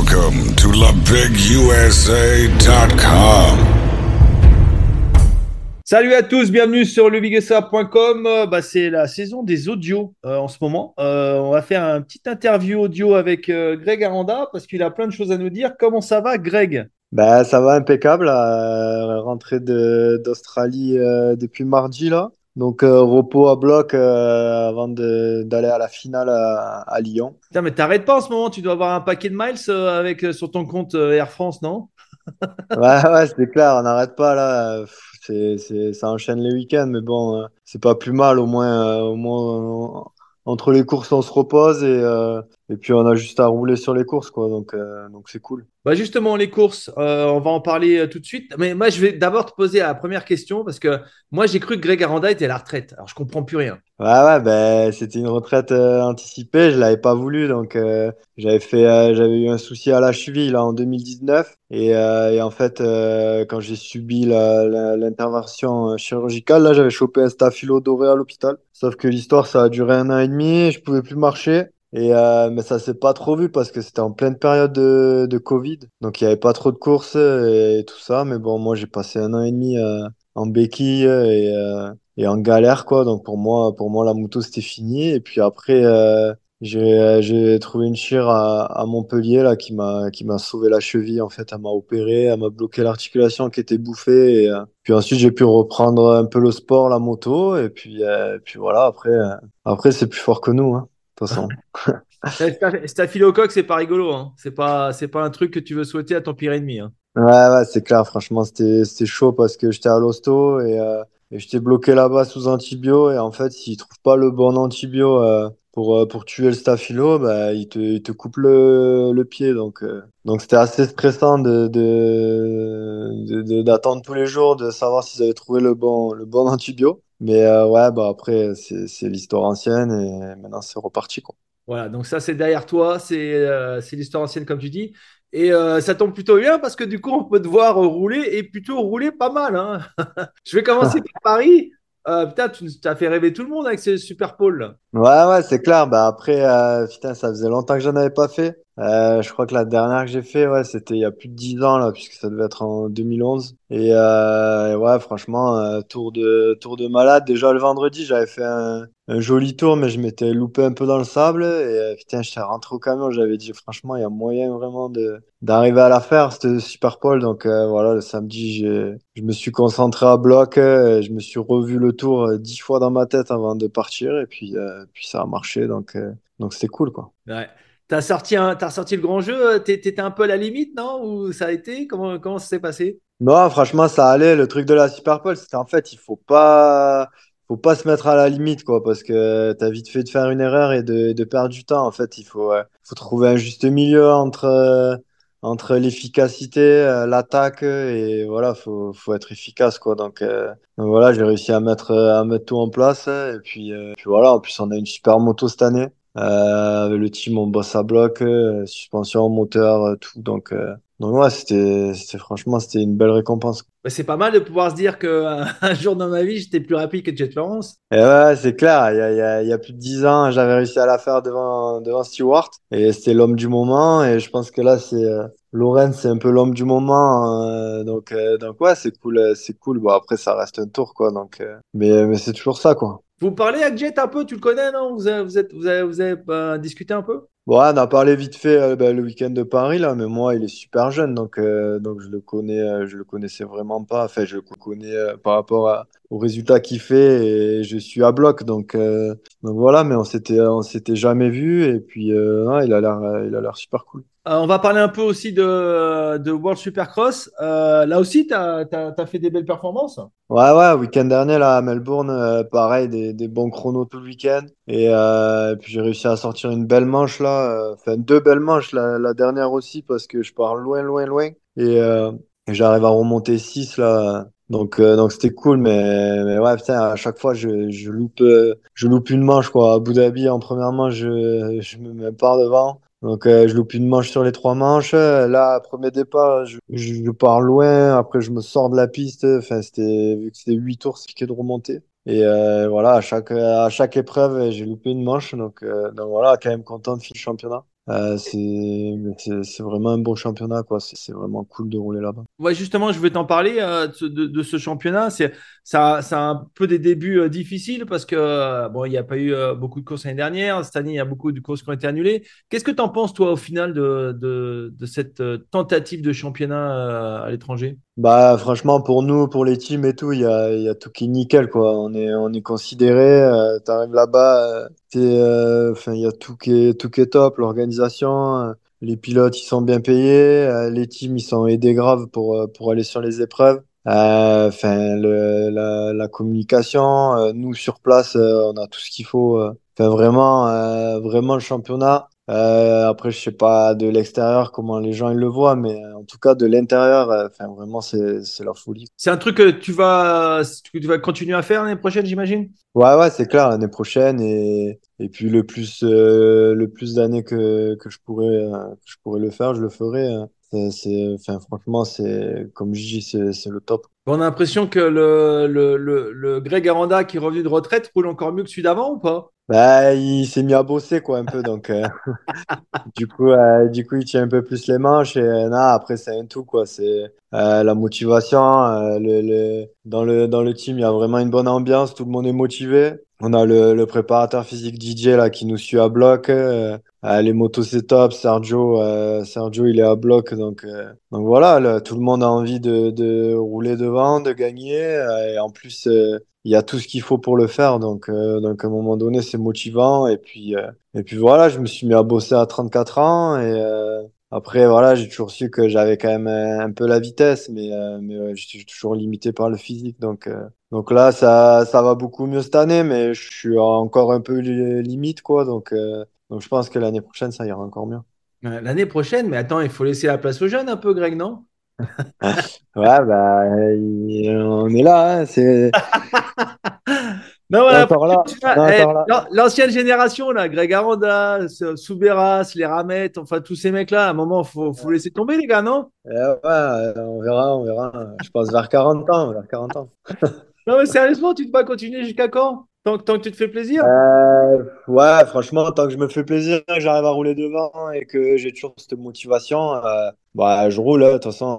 Welcome to LeBigUSA.com. Salut à tous, bienvenue sur lebigesaur.com. C'est la saison des audios en ce moment. On va faire un petit interview audio avec Greg Aranda parce qu'il a plein de choses à nous dire. Comment ça va, Greg? Ben, ça va impeccable, rentrée d'Australie depuis mardi là. Donc repos à bloc avant d'aller à la finale à Lyon. Putain, mais t'arrêtes pas en ce moment, tu dois avoir un paquet de miles avec sur ton compte Air France, non? Ouais, c'est clair, on n'arrête pas là. Ça enchaîne les week-ends, mais bon, c'est pas plus mal. Au moins, entre les courses, on se repose et puis on a juste à rouler sur les courses, quoi. Donc c'est cool. Bah justement, les courses, on va en parler tout de suite. Mais moi, je vais d'abord te poser la première question parce que moi, j'ai cru que Greg Aranda était à la retraite. Alors, je comprends plus rien. Ouais, ben c'était une retraite anticipée, je l'avais pas voulu, donc j'avais eu un souci à la cheville là en 2019 et en fait quand j'ai subi l'intervention chirurgicale là, j'avais chopé un staphylo doré à l'hôpital. Sauf que l'histoire ça a duré un an et demi, je pouvais plus marcher mais ça s'est pas trop vu parce que c'était en pleine période de Covid, donc il y avait pas trop de courses et tout ça. Mais bon, moi j'ai passé un an et demi en béquille et en galère quoi. Donc pour moi la moto c'était fini. Et puis après j'ai trouvé une chire à Montpellier là qui m'a sauvé la cheville en fait. Elle m'a opéré, elle m'a bloqué l'articulation qui était bouffée. Puis ensuite j'ai pu reprendre un peu le sport, la moto. Et puis voilà, après c'est plus fort que nous, hein, de toute façon. Staphylocoque, c'est pas rigolo, hein. C'est pas un truc que tu veux souhaiter à ton pire ennemi, hein. Ouais, c'est clair, franchement, c'était chaud parce que j'étais à l'hosto et j'étais bloqué là-bas sous antibio. Et en fait, s'ils trouvent pas le bon antibio pour tuer le staphylo, bah, ils te coupent le pied. Donc c'était assez stressant d'attendre tous les jours, de savoir s'ils avaient trouvé le bon antibio. Mais ouais, bah après, c'est l'histoire ancienne et maintenant c'est reparti, quoi. Voilà, donc ça c'est derrière toi, c'est l'histoire ancienne comme tu dis. Et ça tombe plutôt bien parce que du coup on peut te voir rouler et plutôt rouler pas mal, hein. Je vais commencer par Paris. Putain, tu as fait rêver tout le monde avec ce Super Pole là. Ouais, c'est clair. Bah après, putain, ça faisait longtemps que j'en avais pas fait. Je crois que la dernière que j'ai fait, ouais, c'était il y a plus de 10 ans là, puisque ça devait être en 2011. Et ouais, franchement, tour de malade. Déjà le vendredi, j'avais fait un joli tour, mais je m'étais loupé un peu dans le sable. Et putain, j'étais rentré au camion. J'avais dit, franchement, il y a moyen vraiment d'arriver à la faire, cette Super Pole. Donc voilà, le samedi, je me suis concentré à bloc. Je me suis revu le tour 10 fois dans ma tête avant de partir. Et puis ça a marché. Donc c'était cool, quoi. Ouais. T'as sorti le grand jeu, t'étais un peu à la limite, non? Ou ça a été? Comment ça s'est passé? Non, franchement, ça allait. Le truc de la Super Bowl, c'était en fait, il faut pas se mettre à la limite, quoi, parce que t'as vite fait de faire une erreur et de perdre du temps. En fait, il faut trouver un juste milieu entre l'efficacité, l'attaque, et voilà, faut être efficace, quoi. Donc voilà, j'ai réussi à mettre tout en place. Et puis voilà, en plus, on a une super moto cette année. Avec le team, on bosse à bloc, suspension, moteur, tout. Donc ouais, franchement, c'était une belle récompense. Bah, c'est pas mal de pouvoir se dire qu'un un jour dans ma vie, j'étais plus rapide que Jet Lawrence. Et ouais, c'est clair, il y a plus de 10 ans, j'avais réussi à la faire devant Stewart, et c'était l'homme du moment, et je pense que là, Lorenz, c'est un peu l'homme du moment, donc ouais, c'est cool. Bon, après, ça reste un tour, quoi, mais c'est toujours ça, quoi. Vous parlez avec Jet un peu, tu le connais, non? Vous avez discuté un peu? Bon, ouais, on a parlé vite fait le week-end de Paris là, mais moi il est super jeune donc je le connaissais vraiment pas. Enfin, je le connais par rapport aux résultats qu'il fait et je suis à bloc donc voilà, mais on s'était jamais vu et puis ouais, il a l'air super cool. On va parler un peu aussi de World Supercross. Là aussi, tu as fait des belles performances. Ouais, week-end dernier là à Melbourne, pareil, des bons chronos tout le week-end. Et puis j'ai réussi à sortir une belle manche là, enfin deux belles manches, la dernière aussi, parce que je pars loin, loin, loin. Et j'arrive à remonter 6 là. Donc c'était cool, mais ouais, putain, à chaque fois je loupe une manche quoi. À Abu Dhabi, en première manche, je me mets par devant. Donc, je loupe une manche sur les trois manches. Là, premier départ, je pars loin. Après, je me sors de la piste. Enfin, vu que c'était 8 tours, c'est compliqué de remonter. Et voilà, à chaque épreuve, j'ai loupé une manche. Donc voilà, quand même content de finir le championnat. C'est vraiment un bon championnat, quoi. C'est vraiment cool de rouler là-bas. Ouais, justement, je vais t'en parler de ce championnat. Ça a un peu des débuts difficiles parce que bon, il n'y a pas eu beaucoup de courses l'année dernière. Cette année, il y a beaucoup de courses qui ont été annulées. Qu'est-ce que tu en penses, toi, au final, de cette tentative de championnat à l'étranger? Bah, franchement, pour nous, pour les teams et tout, il y a tout qui est nickel, quoi. On est considéré, t'arrives là-bas, enfin, il y a tout qui est top, l'organisation, les pilotes, ils sont bien payés, les teams, ils sont aidés grave pour aller sur les épreuves. Enfin, la communication, nous, sur place, on a tout ce qu'il faut. Enfin, vraiment, vraiment le championnat. Après, je sais pas de l'extérieur comment les gens ils le voient, mais en tout cas de l'intérieur, enfin vraiment c'est leur folie. C'est un truc que tu vas continuer à faire l'année prochaine, j'imagine? Ouais, c'est clair l'année prochaine et puis le plus d'années que je pourrais le faire, je le ferai. Enfin franchement c'est comme je dis c'est le top. On a l'impression que le Greg Aranda qui est revenu de retraite roule encore mieux que celui d'avant ou pas? Bah il s'est mis à bosser quoi un peu donc du coup, il tient un peu plus les manches et non, après, c'est un tout, quoi. C'est la motivation. Dans le team, il y a vraiment une bonne ambiance. Tout le monde est motivé. On a le préparateur physique DJ là, qui nous suit à bloc. Les motos, c'est top. Sergio, il est à bloc. Donc voilà, là, tout le monde a envie de rouler devant, de gagner. Et en plus, il y a tout ce qu'il faut pour le faire. Donc à un moment donné, c'est motivant. Et puis voilà, je me suis mis à bosser à 34 ans et après voilà, j'ai toujours su que j'avais quand même un peu la vitesse, mais ouais, je suis toujours limité par le physique. Donc là, ça va beaucoup mieux cette année, mais je suis encore un peu limite quoi. Donc je pense que l'année prochaine, ça ira encore mieux. L'année prochaine, mais attends, il faut laisser la place aux jeunes un peu, Greg, non? Ouais, bah, on est là, hein, Non, on est voilà, encore là, on est encore là. l'ancienne génération, là, Greg Aranda, Soubeyras, les Ramettes, enfin tous ces mecs-là, à un moment, faut laisser tomber, les gars, non? Ouais, on verra. Je pense vers 40 ans, vers 40 ans. Non, mais sérieusement, tu te vas continuer jusqu'à quand? Tant que tu te fais plaisir? Ouais, franchement, tant que je me fais plaisir, que j'arrive à rouler devant et que j'ai toujours cette motivation, bah, je roule. De toute façon,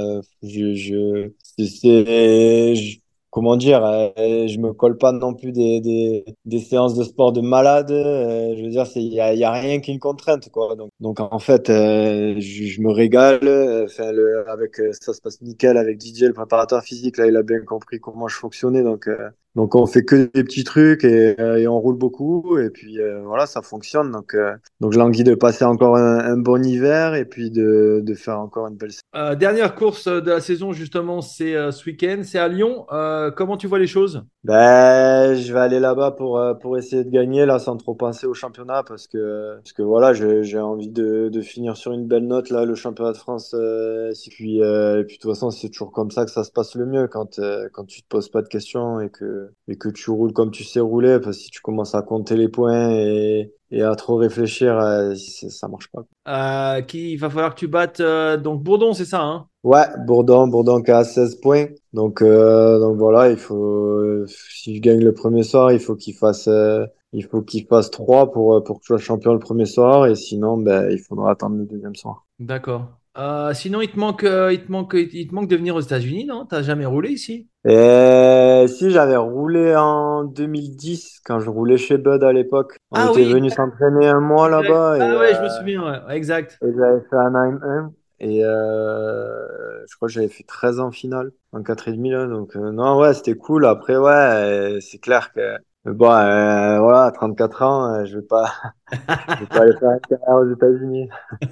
comment dire, je me colle pas non plus des séances de sport de malade. Je veux dire, il y a rien qui est une contrainte, quoi. Donc en fait, je me régale. Enfin, avec ça se passe nickel avec Didier, le préparateur physique. Là, il a bien compris comment je fonctionnais. Donc on fait que des petits trucs et on roule beaucoup et puis voilà ça fonctionne donc j'ai envie de passer encore un bon hiver et puis de faire encore une belle saison. Dernière course de la saison, justement, c'est ce week-end, c'est à Lyon. Comment tu vois les choses? Ben je vais aller là-bas pour essayer de gagner là sans trop penser au championnat parce que voilà j'ai envie de finir sur une belle note là le championnat de France et puis de toute façon c'est toujours comme ça que ça se passe le mieux quand tu te poses pas de questions et que tu roules comme tu sais rouler parce que si tu commences à compter les points et à trop réfléchir ça marche pas. Il va falloir que tu battes donc Bourdon, c'est ça, hein? Ouais, Bourdon qui a 16 points. Donc voilà, si je gagne le premier soir, il faut qu'il fasse 3 pour que je sois champion le premier soir. Et sinon, ben, il faudra attendre le deuxième soir. D'accord. Sinon, il te manque de venir aux États-Unis, non? T'as jamais roulé ici? Et si j'avais roulé en 2010, quand je roulais chez Bud à l'époque, on Ah était oui, venu s'entraîner un mois exact. là-bas Ah ouais, je me souviens, ouais, ouais, exact. et j'avais fait un 9-1. Et je crois que j'avais fait 13 en finale, en 4,5 là. Non, ouais, c'était cool. Après, ouais, c'est clair que, bon, voilà, à 34 ans, je vais pas aller faire une carrière aux États-Unis.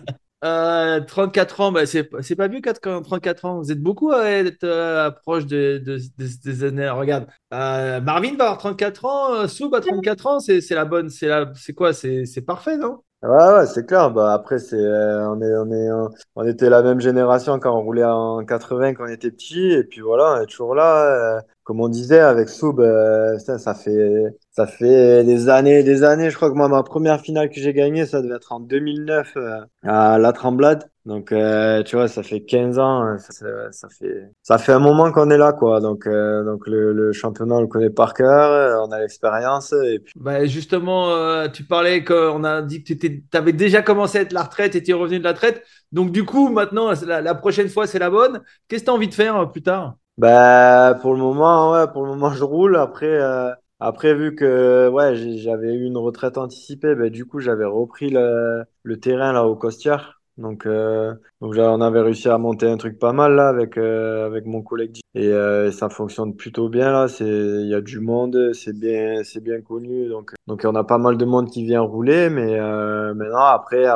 34 ans, bah, c'est pas vieux 34 ans. Vous êtes beaucoup à être proche des années. Regarde, Marvin va avoir 34 ans, Soub a 34 ans, c'est la bonne, c'est quoi? C'est parfait, non? Ouais, c'est clair. Bah, après, on était la même génération quand on roulait en 80 quand on était petit. Et puis voilà, on est toujours là. Comme on disait avec Soub, putain, ça fait des années. Je crois que moi, ma première finale que j'ai gagnée, ça devait être en 2009 à La Tremblade. Donc, tu vois, ça fait 15 ans, hein, ça fait un moment qu'on est là, quoi. Donc le championnat, on le connaît par cœur, on a l'expérience, et puis, Bah, justement, tu parlais qu'on a dit que tu avais déjà commencé à être la retraite et tu es revenu de la retraite. Donc, du coup, maintenant, la prochaine fois, c'est la bonne. Qu'est-ce que tu as envie de faire plus tard? bah, pour le moment, ouais, pour le moment, je roule. Après, vu que, ouais, j'avais eu une retraite anticipée, bah, du coup, j'avais repris le terrain, là, au Costières. Donc on avait réussi à monter un truc pas mal, là, avec mon collègue. Et ça fonctionne plutôt bien, là. Il y a du monde, c'est bien connu. Donc, on a pas mal de monde qui vient rouler. Mais non,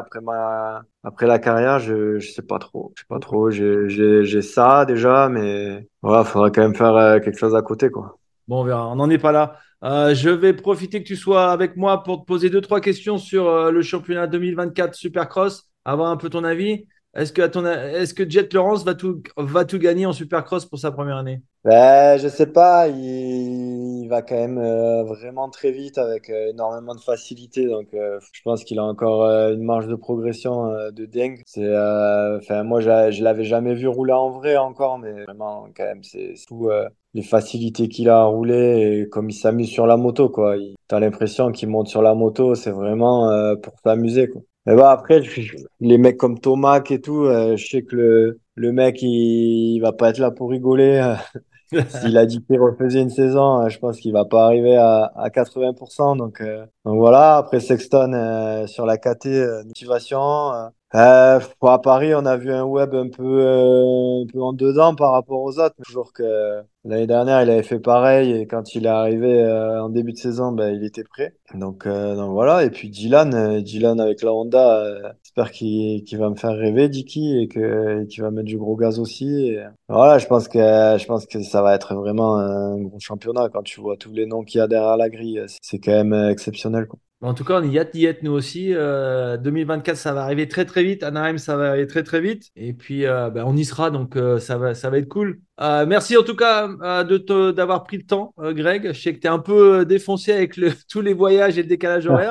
après la carrière, je sais pas trop. Je sais pas trop. J'ai ça déjà, mais voilà, faudrait quand même faire quelque chose à côté, quoi. Bon, on verra. On n'en est pas là. Je vais profiter que tu sois avec moi pour te poser deux, trois questions sur le championnat 2024 Supercross, avoir un peu ton avis. Est-ce que Jet Lawrence va tout gagner en Supercross pour sa première année? Ben, je sais pas, il va quand même vraiment très vite avec énormément de facilité. Je pense qu'il a encore une marge de progression de dingue. Enfin, moi, je l'avais jamais vu rouler en vrai encore, mais vraiment, quand même, c'est tout les facilités qu'il a à rouler et comme il s'amuse sur la moto, quoi. T'as l'impression qu'il monte sur la moto, c'est vraiment pour s'amuser, quoi. Mais bon, après, les mecs comme Tomac et tout, je sais que le mec, il va pas être là pour rigoler. S'il a dit qu'il refaisait une saison, je pense qu'il va pas arriver à 80%. Donc voilà, après Sexton sur la KT, motivation. Bon, à Paris, on a vu un web un peu en dedans par rapport aux autres. Mais toujours que l'année dernière, il avait fait pareil et quand il est arrivé en début de saison, ben, il était prêt. Donc voilà. Et puis Dylan avec la Honda, j'espère qu'il va me faire rêver, Dicky, et qu'il va mettre du gros gaz aussi. Voilà, je pense que ça va être vraiment un gros championnat quand tu vois tous les noms qu'il y a derrière la grille. C'est quand même exceptionnel, quoi. En tout cas, on y hâte d'y être nous aussi. 2024, ça va arriver très très vite. Anaheim, ça va arriver très très vite. Et puis, ben, on y sera, donc ça va être cool. Merci en tout cas d'avoir pris le temps, Greg. Je sais que tu es un peu défoncé avec tous les voyages et le décalage horaire.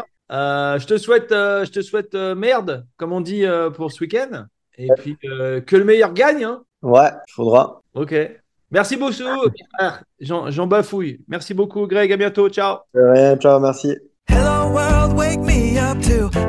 Je te souhaite merde, comme on dit pour ce week-end. Et puis, que le meilleur gagne, hein. Ouais, il faudra. Ok. Merci beaucoup. J'en bafouille. Merci beaucoup, Greg. À bientôt. Ciao. Rien, ciao, merci. Hello world, wake me up to